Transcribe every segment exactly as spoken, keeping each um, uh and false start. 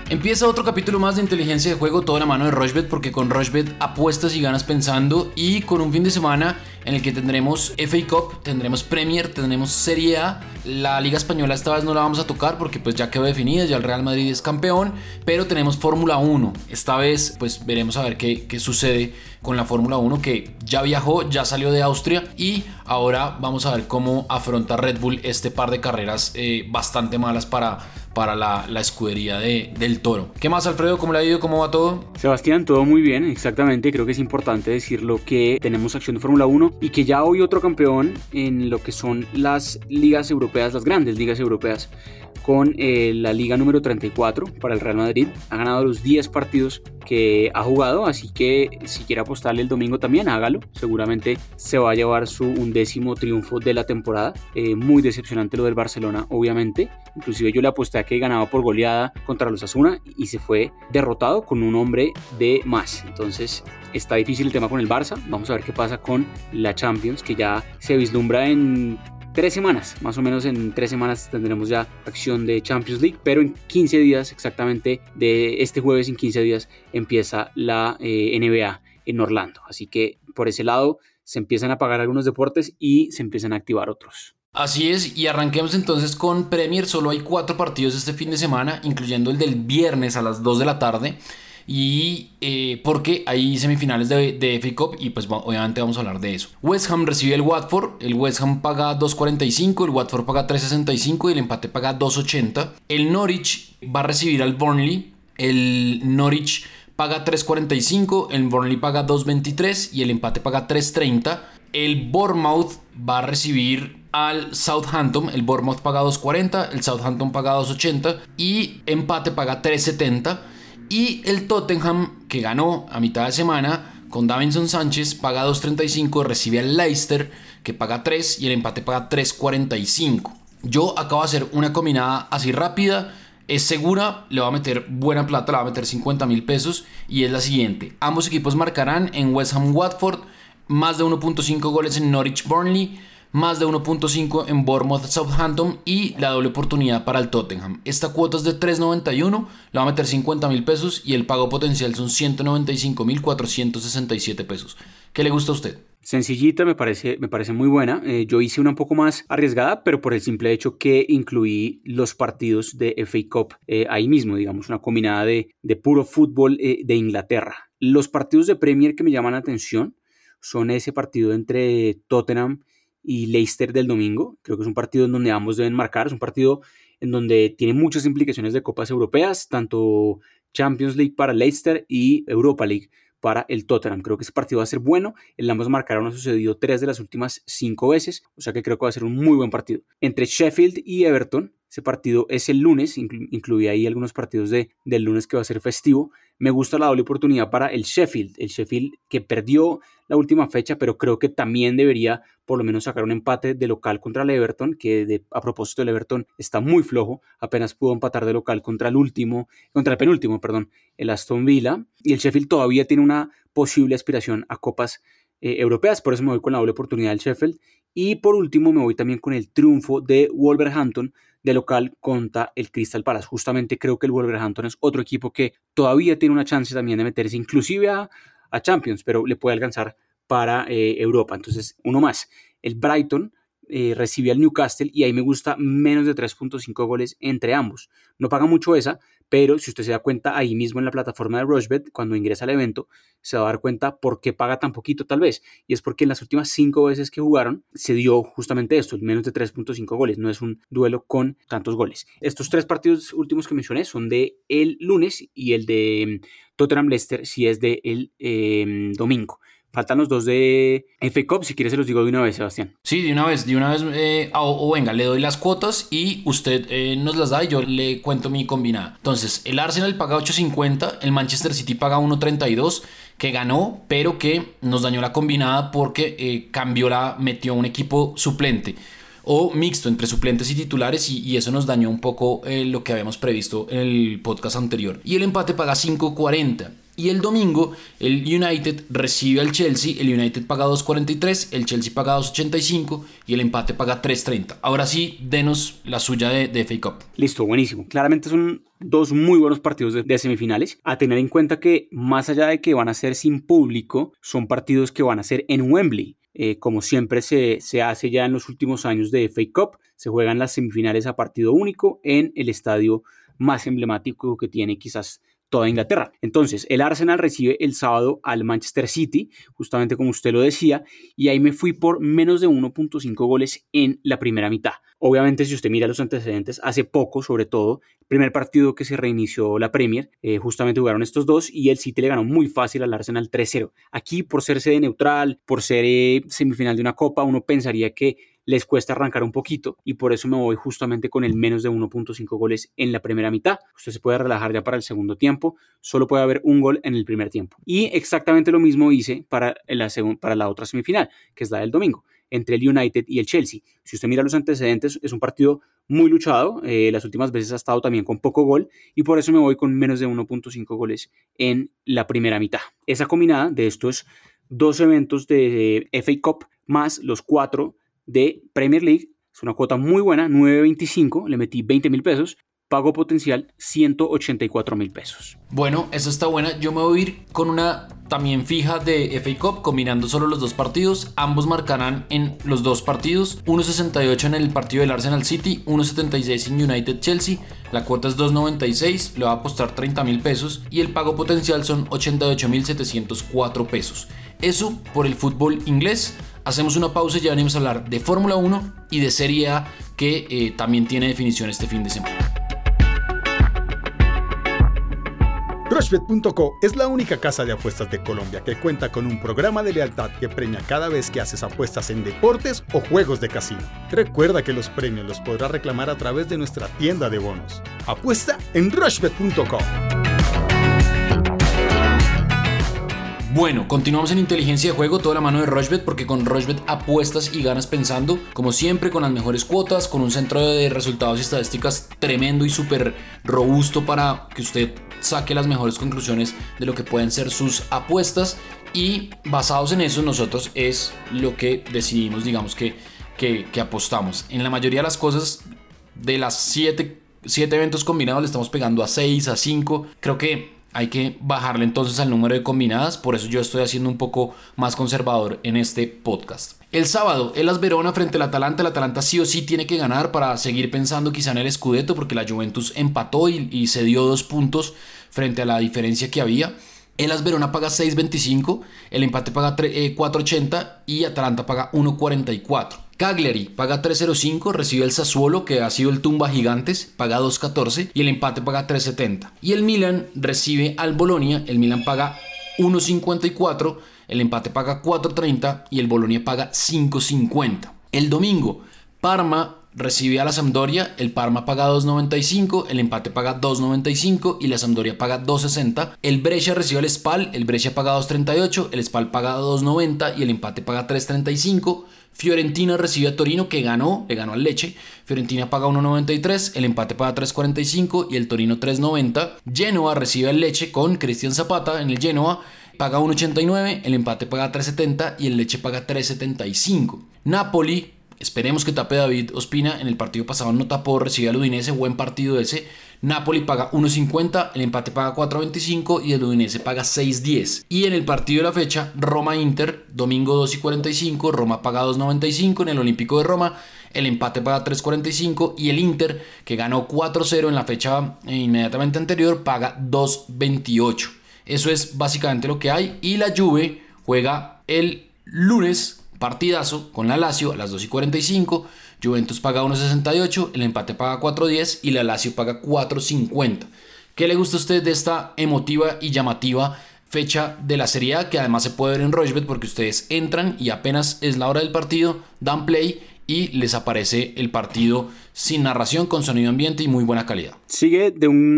Empieza otro capítulo más de inteligencia de juego, todo de la mano de Rochebet, porque con Rochebet apuestas y ganas pensando, y con un fin de semana en el que tendremos F A Cup, tendremos Premier, tendremos Serie A. La Liga Española esta vez no la vamos a tocar porque pues ya quedó definida, ya el Real Madrid es campeón, pero tenemos Fórmula uno. Esta vez pues veremos a ver qué, qué sucede con la Fórmula uno, que ya viajó, ya salió de Austria, y ahora vamos a ver cómo afronta Red Bull este par de carreras eh, bastante malas para, para la, la escudería de, del Toro. ¿Qué más, Alfredo? ¿Cómo le ha ido? ¿Cómo va todo? Sebastián, todo muy bien, exactamente. Creo que es importante decirlo, que tenemos acción de Fórmula uno y que ya hoy otro campeón en lo que son las ligas europeas, las grandes ligas europeas, con eh, la liga número treinta y cuatro para el Real Madrid. Ha ganado los diez partidos que ha jugado, así que si quiere apostarle el domingo también, hágalo. Seguramente se va a llevar su undécimo triunfo de la temporada. Eh, muy decepcionante lo del Barcelona, obviamente. Inclusive yo le aposté a que ganaba por goleada contra los Asuna y se fue derrotado con un hombre de más. Entonces está difícil el tema con el Barça. Vamos a ver qué pasa con la Champions, que ya se vislumbra en tres semanas, más o menos en tres semanas tendremos ya acción de Champions League, pero en quince días, exactamente de este jueves en quince días, empieza la eh, N B A en Orlando. Así que por ese lado se empiezan a pagar algunos deportes y se empiezan a activar otros. Así es, y arranquemos entonces con Premier. Solo hay cuatro partidos este fin de semana, incluyendo el del viernes a las dos de la tarde. Y eh, porque hay semifinales de, de F A Cup y pues obviamente vamos a hablar de eso. West Ham recibe el Watford. El West Ham paga dos cuarenta y cinco, el Watford paga tres sesenta y cinco y el empate paga dos ochenta. El Norwich va a recibir al Burnley. El Norwich paga tres cuarenta y cinco, el Burnley paga dos veintitrés y el empate paga tres treinta. El Bournemouth va a recibir al Southampton. El Bournemouth paga dos cuarenta, el Southampton paga dos ochenta y empate paga tres setenta. Y el Tottenham, que ganó a mitad de semana con Davinson Sánchez, paga dos treinta y cinco, recibe al Leicester, que paga tres, y el empate paga tres cuarenta y cinco. Yo acabo de hacer una combinada así rápida, es segura, le va a meter buena plata, le va a meter cincuenta mil pesos, y es la siguiente. Ambos equipos marcarán en West Ham Watford, más de uno punto cinco goles en Norwich Burnley, más de uno punto cinco en Bournemouth Southampton y la doble oportunidad para el Tottenham. Esta cuota es de tres noventa y uno, le va a meter cincuenta mil pesos y el pago potencial son ciento noventa y cinco mil cuatrocientos sesenta y siete pesos. ¿Qué le gusta a usted? Sencillita, me parece, me parece muy buena. Eh, yo hice una un poco más arriesgada, pero por el simple hecho que incluí los partidos de F A Cup eh, ahí mismo, digamos, una combinada de, de puro fútbol eh, de Inglaterra. Los partidos de Premier que me llaman la atención son ese partido entre Tottenham y Leicester del domingo. Creo que es un partido en donde ambos deben marcar, es un partido en donde tiene muchas implicaciones de copas europeas, tanto Champions League para Leicester y Europa League para el Tottenham. Creo que ese partido va a ser bueno. El ambos marcaron, ha sucedido tres de las últimas cinco veces, o sea que creo que va a ser un muy buen partido. Entre Sheffield y Everton, ese partido es el lunes, inclu- incluí ahí algunos partidos de, del lunes que va a ser festivo. Me gusta la doble oportunidad para el Sheffield, el Sheffield que perdió la última fecha, pero creo que también debería por lo menos sacar un empate de local contra el Everton, que de, a propósito el Everton está muy flojo, apenas pudo empatar de local contra el último, contra el penúltimo, perdón, el Aston Villa, y el Sheffield todavía tiene una posible aspiración a copas eh, europeas, por eso me voy con la doble oportunidad del Sheffield. Y por último me voy también con el triunfo de Wolverhampton de local contra el Crystal Palace. Justamente creo que el Wolverhampton es otro equipo que todavía tiene una chance también de meterse inclusive a, a Champions, pero le puede alcanzar para eh, Europa. Entonces, uno más. El Brighton eh, recibe al Newcastle y ahí me gusta menos de tres punto cinco goles entre ambos. No paga mucho esa, pero si usted se da cuenta ahí mismo en la plataforma de Rochebet, cuando ingresa al evento, se va a dar cuenta por qué paga tan poquito tal vez. Y es porque en las últimas cinco veces que jugaron se dio justamente esto, el menos de tres punto cinco goles. No es un duelo con tantos goles. Estos tres partidos últimos que mencioné son de el lunes y el de Tottenham Leicester sí es de el eh, domingo. Faltan los dos de F A Cup, si quieres se los digo de una vez, Sebastián. Sí, de una vez, de una vez, eh, o, o venga, le doy las cuotas y usted eh, nos las da y yo le cuento mi combinada. Entonces, el Arsenal paga ocho cincuenta, el Manchester City paga uno treinta y dos, que ganó, pero que nos dañó la combinada porque eh, cambió la, metió un equipo suplente. o mixto entre suplentes y titulares, y, y eso nos dañó un poco eh, lo que habíamos previsto en el podcast anterior. Y el empate paga cinco cuarenta. Y el domingo el United recibe al Chelsea, el United paga dos cuarenta y tres, el Chelsea paga dos ochenta y cinco y el empate paga tres treinta. Ahora sí, denos la suya de, de F A Cup. Listo, buenísimo. Claramente son dos muy buenos partidos de, de semifinales. A tener en cuenta que más allá de que van a ser sin público, son partidos que van a ser en Wembley. Eh, como siempre se, se hace ya en los últimos años de F A Cup, se juegan las semifinales a partido único en el estadio más emblemático que tiene quizás toda Inglaterra. Entonces, el Arsenal recibe el sábado al Manchester City, justamente como usted lo decía, y ahí me fui por menos de uno punto cinco goles en la primera mitad. Obviamente, si usted mira los antecedentes, hace poco, sobre todo, primer partido que se reinició la Premier, eh, justamente jugaron estos dos y el City le ganó muy fácil al Arsenal tres cero. Aquí, por ser sede neutral, por ser eh, semifinal de una copa, uno pensaría que les cuesta arrancar un poquito y por eso me voy justamente con el menos de uno punto cinco goles en la primera mitad. Usted se puede relajar ya para el segundo tiempo, solo puede haber un gol en el primer tiempo. Y exactamente lo mismo hice para la, segun, para la otra semifinal, que es la del domingo, entre el United y el Chelsea. Si usted mira los antecedentes, es un partido muy luchado, eh, las últimas veces ha estado también con poco gol y por eso me voy con menos de uno punto cinco goles en la primera mitad. Esa combinada de estos dos eventos de F A Cup más los cuatro de Premier League, es una cuota muy buena, nueve veinticinco, le metí veinte mil pesos, pago potencial ciento ochenta y cuatro mil pesos. Bueno, esa está buena. Yo me voy a ir con una también fija de F A Cup, combinando solo los dos partidos. Ambos marcarán en los dos partidos. uno sesenta y ocho en el partido del Arsenal City, uno setenta y seis en United Chelsea. La cuota es dos noventa y seis, le va a apostar treinta mil pesos y el pago potencial son ochenta y ocho mil setecientos cuatro pesos. Eso por el fútbol inglés. Hacemos una pausa y ya venimos a hablar de Fórmula uno y de Serie A, que eh, también tiene definición este fin de semana. Rushbet punto co es la única casa de apuestas de Colombia que cuenta con un programa de lealtad que premia cada vez que haces apuestas en deportes o juegos de casino. Recuerda que los premios los podrás reclamar a través de nuestra tienda de bonos. Apuesta en Rushbet punto co. Bueno, continuamos en inteligencia de juego, toda la mano de Rushbet, porque con Rushbet apuestas y ganas pensando, como siempre, con las mejores cuotas, con un centro de resultados y estadísticas tremendo y súper robusto para que usted saque las mejores conclusiones de lo que pueden ser sus apuestas, y basados en eso nosotros es lo que decidimos, digamos que, que, que apostamos. En la mayoría de las cosas, de las siete eventos combinados le estamos pegando a seis, a cinco, creo que hay que bajarle entonces al número de combinadas, por eso yo estoy haciendo un poco más conservador en este podcast. El sábado, el AS Verona frente al Atalanta. El Atalanta sí o sí tiene que ganar para seguir pensando quizá en el Scudetto, porque la Juventus empató y, y se dio dos puntos frente a la diferencia que había. El AS Verona paga seis veinticinco, el empate paga cuatro ochenta y Atalanta paga uno cuarenta y cuatro. Cagliari paga tres cero cinco, recibe el Sassuolo, que ha sido el tumba gigantes, paga dos catorce y el empate paga tres setenta. Y el Milan recibe al Bolonia, el Milan paga uno cincuenta y cuatro, el empate paga cuatro treinta y el Bolonia paga cinco cincuenta. El domingo, Parma recibe a la Sampdoria, el Parma paga dos noventa y cinco, el empate paga dos noventa y cinco y la Sampdoria paga dos sesenta. El Brescia recibe al Spal, el Brescia paga dos treinta y ocho, el Spal paga dos noventa y el empate paga tres treinta y cinco. Fiorentina recibe a Torino, que ganó, le ganó al Lecce. Fiorentina paga uno noventa y tres, el empate paga tres cuarenta y cinco y el Torino tres noventa. Genoa recibe al Lecce con Cristian Zapata en el Genoa, paga uno ochenta y nueve, el empate paga tres setenta y el Lecce paga tres setenta y cinco. Napoli, esperemos que tape David Ospina, en el partido pasado no tapó, recibe al Udinese, buen partido ese. Napoli paga uno cincuenta, el empate paga cuatro veinticinco y el Udinese paga seis diez. Y en el partido de la fecha, Roma-Inter, domingo dos y cuarenta y cinco, Roma paga dos noventa y cinco en el Olímpico de Roma, el empate paga tres cuarenta y cinco y el Inter, que ganó cuatro cero en la fecha inmediatamente anterior, paga dos veintiocho. Eso es básicamente lo que hay. Y la Juve juega el lunes, partidazo con la Lazio a las dos y cuarenta y cinco. Juventus paga uno sesenta y ocho, el empate paga cuatro diez y la Lazio paga cuatro cincuenta. ¿Qué le gusta a usted de esta emotiva y llamativa fecha de la Serie A, que además se puede ver en Rushbet, porque ustedes entran y apenas es la hora del partido, dan play y les aparece el partido sin narración, con sonido ambiente y muy buena calidad? Sigue de un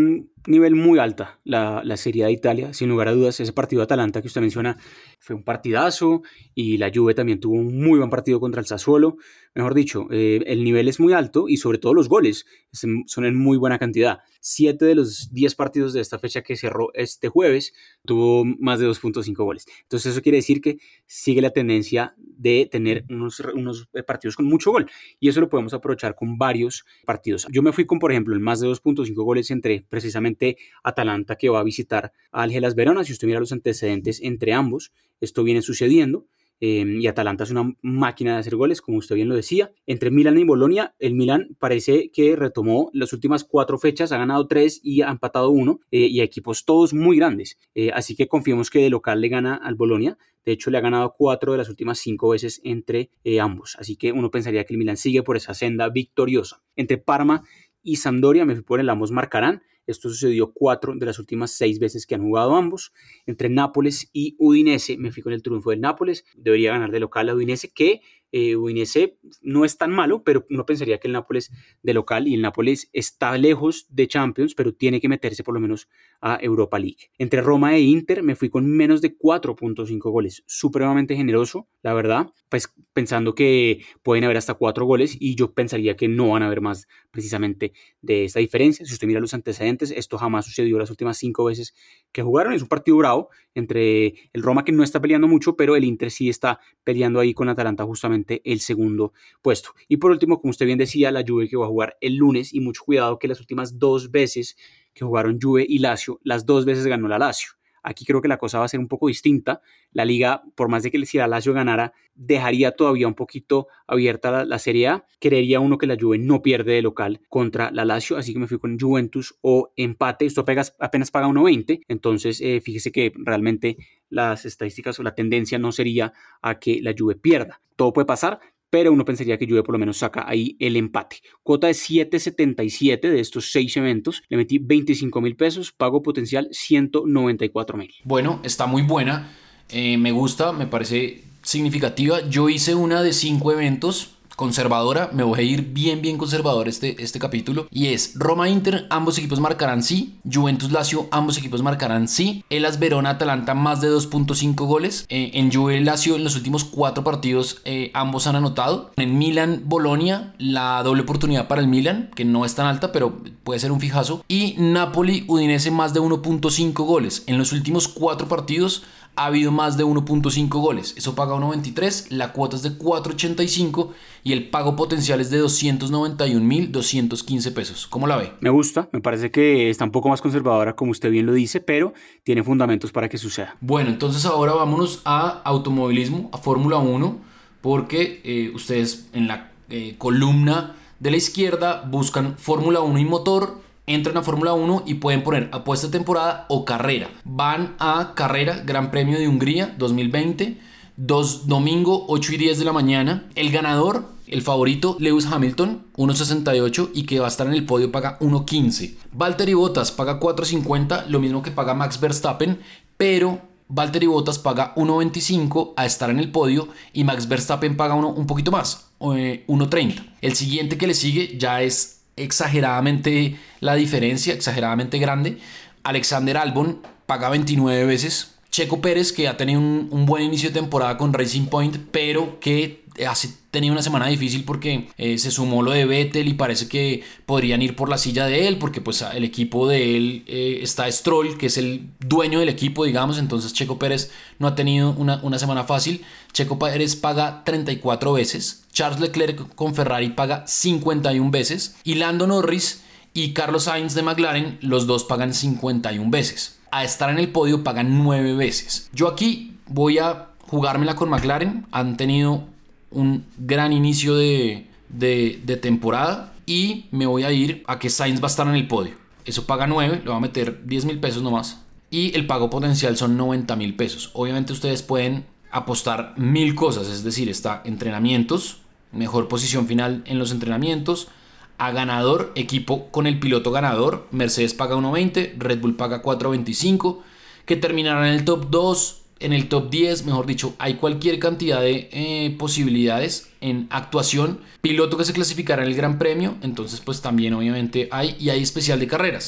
nivel muy alta la, la Serie A de Italia, sin lugar a dudas. Ese partido de Atalanta que usted menciona fue un partidazo, y la Juve también tuvo un muy buen partido contra el Sassuolo. Mejor dicho, eh, el nivel es muy alto, y sobre todo los goles son en muy buena cantidad. Siete de los diez partidos de esta fecha que cerró este jueves tuvo más de dos punto cinco goles. Entonces eso quiere decir que sigue la tendencia de tener unos, unos partidos con mucho gol, y eso lo podemos aprovechar con varios partidos. Yo me fui con, por ejemplo, el más de dos punto cinco goles entre precisamente Atalanta, que va a visitar a Hellas Verona. Si usted mira los antecedentes entre ambos, esto viene sucediendo. Eh, y Atalanta es una máquina de hacer goles, como usted bien lo decía. Entre Milan y Bolonia, el Milan parece que retomó las últimas cuatro fechas, ha ganado tres y ha empatado uno, eh, y equipos todos muy grandes. Eh, así que confiemos que de local le gana al Bolonia. De hecho, le ha ganado cuatro de las últimas cinco veces entre eh, ambos. Así que uno pensaría que el Milan sigue por esa senda victoriosa. Entre Parma y Sampdoria me fui por el ambos marcarán. Esto sucedió cuatro de las últimas seis veces que han jugado ambos. Entre Nápoles y Udinese me fui con el triunfo del Nápoles. Debería ganar de local a Udinese, que eh, Udinese no es tan malo, pero uno pensaría que el Nápoles de local, y el Nápoles está lejos de Champions, pero tiene que meterse por lo menos a Europa League. Entre Roma e Inter me fui con menos de cuatro punto cinco goles. Supremamente generoso, la verdad, pues pensando que pueden haber hasta cuatro goles, y yo pensaría que no van a haber más precisamente de esta diferencia. Si usted mira los antecedentes, esto jamás sucedió las últimas cinco veces que jugaron. Es un partido bravo entre el Roma, que no está peleando mucho, pero el Inter sí está peleando ahí con Atalanta justamente el segundo puesto. Y por último, como usted bien decía, la Juve, que va a jugar el lunes, y mucho cuidado que las últimas dos veces que jugaron Juve y Lazio, las dos veces ganó la Lazio. Aquí creo que la cosa va a ser un poco distinta. La liga, por más de que si la Lazio ganara, dejaría todavía un poquito abierta la, la Serie A. Creería uno que la Juve no pierde de local contra la Lazio, así que me fui con Juventus o empate. Esto apenas, apenas paga uno veinte, entonces eh, fíjese que realmente las estadísticas o la tendencia no sería a que la Juve pierda. Todo puede pasar, pero uno pensaría que Juve por lo menos saca ahí el empate. Cuota de siete setenta y siete de estos seis eventos. Le metí veinticinco mil pesos, pago potencial ciento noventa y cuatro mil. Bueno, está muy buena. Eh, me gusta, me parece significativa. Yo hice una de cinco eventos, conservadora. Me voy a ir bien, bien conservador este, este capítulo. Y es Roma-Inter, ambos equipos marcarán sí. Juventus-Lazio, ambos equipos marcarán sí. Hellas Verona-Atalanta, más de dos punto cinco goles. Eh, en Juve-Lazio, en los últimos cuatro partidos, eh, ambos han anotado. En Milan-Bolonia, la doble oportunidad para el Milan, que no es tan alta, pero puede ser un fijazo. Y Napoli-Udinese, más de uno punto cinco goles. En los últimos cuatro partidos ha habido más de uno punto cinco goles. Eso paga uno veintitrés, la cuota es de cuatro ochenta y cinco y el pago potencial es de doscientos noventa y un mil doscientos quince pesos. ¿Cómo la ve? Me gusta, me parece que está un poco más conservadora, como usted bien lo dice, pero tiene fundamentos para que suceda. Bueno, entonces ahora vámonos a automovilismo, a Fórmula uno, porque eh, ustedes en la eh, columna de la izquierda buscan Fórmula uno y motor. Entran a Fórmula uno y pueden poner apuesta temporada o carrera. Van a carrera, Gran Premio de Hungría dos mil veinte, dos, domingo ocho y diez de la mañana. El ganador, el favorito, Lewis Hamilton, uno sesenta y ocho, y que va a estar en el podio paga uno quince. Valtteri Bottas paga cuatro cincuenta, lo mismo que paga Max Verstappen, pero Valtteri Bottas paga uno veinticinco a estar en el podio y Max Verstappen paga uno, un poquito más, eh, uno treinta. El siguiente que le sigue ya es exageradamente la diferencia, exageradamente grande. Alexander Albon paga veintinueve veces. Checo Pérez, que ha tenido un, un buen inicio de temporada con Racing Point, pero que ha tenido una semana difícil porque eh, se sumó lo de Vettel y parece que podrían ir por la silla de él, porque pues el equipo de él eh, está Stroll, que es el dueño del equipo, digamos. Entonces Checo Pérez no ha tenido una, una semana fácil. Checo Pérez paga treinta y cuatro veces. Charles Leclerc con Ferrari paga cincuenta y una veces. Y Lando Norris y Carlos Sainz de McLaren, los dos pagan cincuenta y una veces. A estar en el podio pagan nueve veces. Yo aquí voy a jugármela con McLaren. Han tenido un gran inicio de, de, de temporada y me voy a ir a que Sainz va a estar en el podio. Eso paga nueve, le voy a meter diez mil pesos nomás. Y el pago potencial son noventa mil pesos. Obviamente ustedes pueden apostar mil cosas, es decir, está entrenamientos, mejor posición final en los entrenamientos, a ganador, equipo con el piloto ganador. Mercedes paga uno veinte, Red Bull paga cuatro veinticinco, que terminarán en el top dos, en el top diez, mejor dicho. Hay cualquier cantidad de eh, posibilidades en actuación. Piloto que se clasificará en el Gran Premio, entonces pues también obviamente hay, y hay especial de carreras.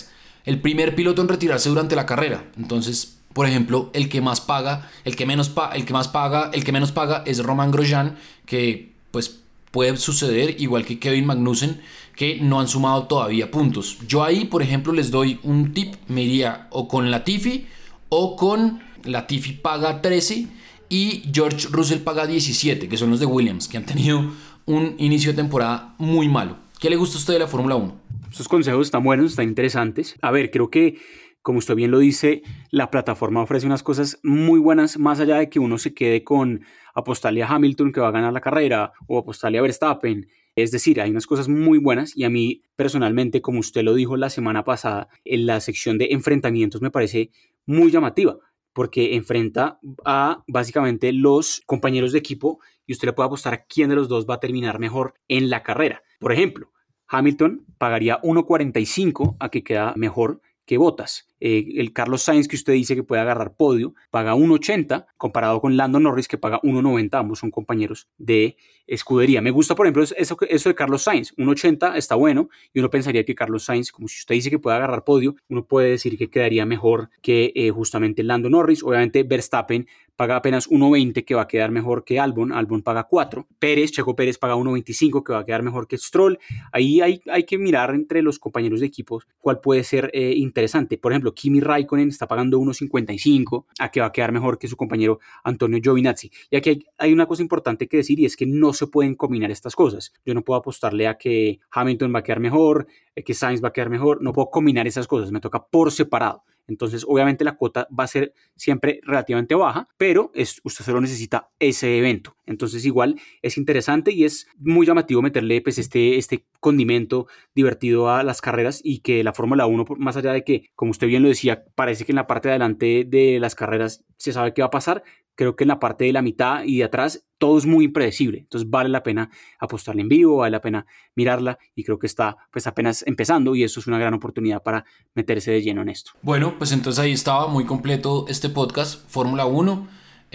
el primer piloto en retirarse durante la carrera. Entonces, por ejemplo, el que más paga, el que menos pa- el que más paga, el que menos paga es Romain Grosjean, que pues puede suceder igual que Kevin Magnussen, que no han sumado todavía puntos. Yo ahí, por ejemplo, les doy un tip, me iría o con Latifi o con Latifi paga trece y George Russell paga diecisiete, que son los de Williams, que han tenido un inicio de temporada muy malo. ¿Qué le gusta a usted de la Fórmula uno? Estos consejos están buenos, están interesantes. A ver, creo que, como usted bien lo dice, la plataforma ofrece unas cosas muy buenas, más allá de que uno se quede con apostarle a Hamilton que va a ganar la carrera o apostarle a Verstappen. Es decir, hay unas cosas muy buenas y a mí personalmente, como usted lo dijo la semana pasada, en la sección de enfrentamientos me parece muy llamativa, porque enfrenta a básicamente los compañeros de equipo y usted le puede apostar a quién de los dos va a terminar mejor en la carrera. Por ejemplo, Hamilton pagaría uno cuarenta y cinco a que queda mejor que Bottas. Eh, el Carlos Sainz, que usted dice que puede agarrar podio, paga uno ochenta, comparado con Lando Norris, que paga uno noventa. Ambos son compañeros de escudería. Me gusta, por ejemplo, eso, eso de Carlos Sainz. uno ochenta está bueno y uno pensaría que Carlos Sainz, como si usted dice que puede agarrar podio, uno puede decir que quedaría mejor que eh, justamente Lando Norris. Obviamente Verstappen paga apenas uno veinte, que va a quedar mejor que Albon. Albon paga cuatro. Pérez, Checo Pérez paga uno veinticinco, que va a quedar mejor que Stroll. Ahí hay, hay que mirar entre los compañeros de equipos cuál puede ser eh, interesante. Por ejemplo, Kimi Raikkonen está pagando uno cincuenta y cinco, a que va a quedar mejor que su compañero Antonio Giovinazzi. Y aquí hay, hay una cosa importante que decir, y es que no se pueden combinar estas cosas. Yo no puedo apostarle a que Hamilton va a quedar mejor, que Sainz va a quedar mejor. No puedo combinar esas cosas, me toca por separado. Entonces, obviamente, la cuota va a ser siempre relativamente baja, pero es, usted solo necesita ese evento. Entonces, igual es interesante y es muy llamativo meterle pues, este, este condimento divertido a las carreras y que la Fórmula uno, más allá de que, como usted bien lo decía, parece que en la parte de adelante de las carreras se sabe qué va a pasar. Creo que en la parte de la mitad y de atrás todo es muy impredecible. Entonces vale la pena apostarle en vivo, vale la pena mirarla y creo que está pues apenas empezando y eso es una gran oportunidad para meterse de lleno en esto. Bueno, pues entonces ahí estaba muy completo este podcast. Fórmula uno,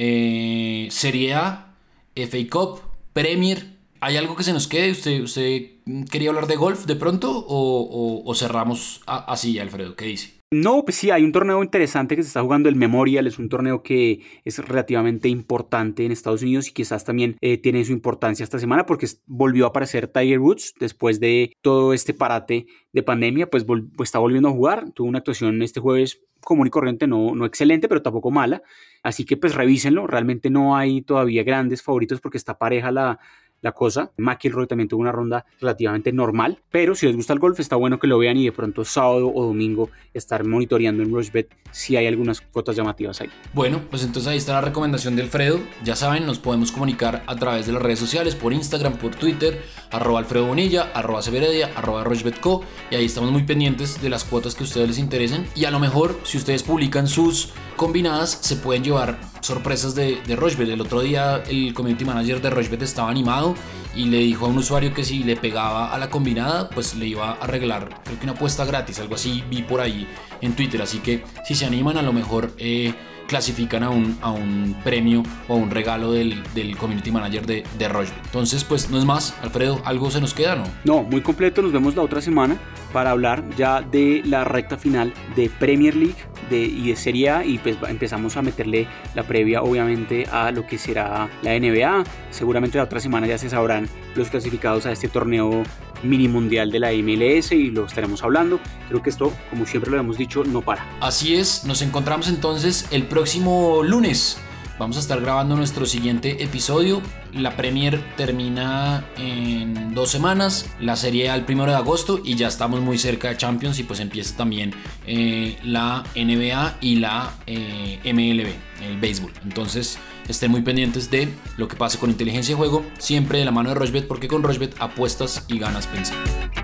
eh, Serie A, F A Cup, Premier. ¿Hay algo que se nos quede? ¿Usted, usted quería hablar de golf de pronto o, o, o cerramos a, así, Alfredo? ¿Qué dice? No, pues sí, hay un torneo interesante que se está jugando, el Memorial. Es un torneo que es relativamente importante en Estados Unidos y quizás también eh, tiene su importancia esta semana porque volvió a aparecer Tiger Woods después de todo este parate de pandemia, pues, vol- pues está volviendo a jugar. Tuvo una actuación este jueves común y corriente, no, no excelente, pero tampoco mala. Así que pues revísenlo, realmente no hay todavía grandes favoritos porque está pareja la... la cosa. McIlroy también tuvo una ronda relativamente normal, pero si les gusta el golf está bueno que lo vean y de pronto sábado o domingo estar monitoreando en Rushbet si hay algunas cuotas llamativas ahí. Bueno, pues entonces ahí está la recomendación de Alfredo. Ya saben, nos podemos comunicar a través de las redes sociales, por Instagram, por Twitter, arroba Alfredo Bonilla, arroba Severedia, arroba Rushbetco, y ahí estamos muy pendientes de las cuotas que a ustedes les interesen y a lo mejor si ustedes publican sus combinadas se pueden llevar sorpresas de, de Rushbet. El otro día el community manager de Rushbet estaba animado y le dijo a un usuario que si le pegaba a la combinada pues le iba a arreglar, creo que una apuesta gratis, algo así vi por ahí en Twitter, así que si se animan a lo mejor eh, clasifican a un, a un premio o a un regalo del, del community manager de, de Rushbet. Entonces pues no es más, Alfredo, ¿algo se nos queda, no? No, muy completo, nos vemos la otra semana para hablar ya de la recta final de Premier League de, y de Serie A y pues empezamos a meterle la previa obviamente a lo que será la N B A. Seguramente la otra semana ya se sabrán los clasificados a este torneo mini mundial de la M L S y lo estaremos hablando. Creo que esto, como siempre lo hemos dicho, no para. Así es, nos encontramos entonces el próximo lunes. Vamos a estar grabando nuestro siguiente episodio. La Premier termina en dos semanas, la Serie A el primero de agosto y ya estamos muy cerca de Champions y pues empieza también eh, la N B A y la eh, M L B, el béisbol. Entonces estén muy pendientes de lo que pase con inteligencia de juego, siempre de la mano de Rushbet, porque con Rushbet apuestas y ganas pensando.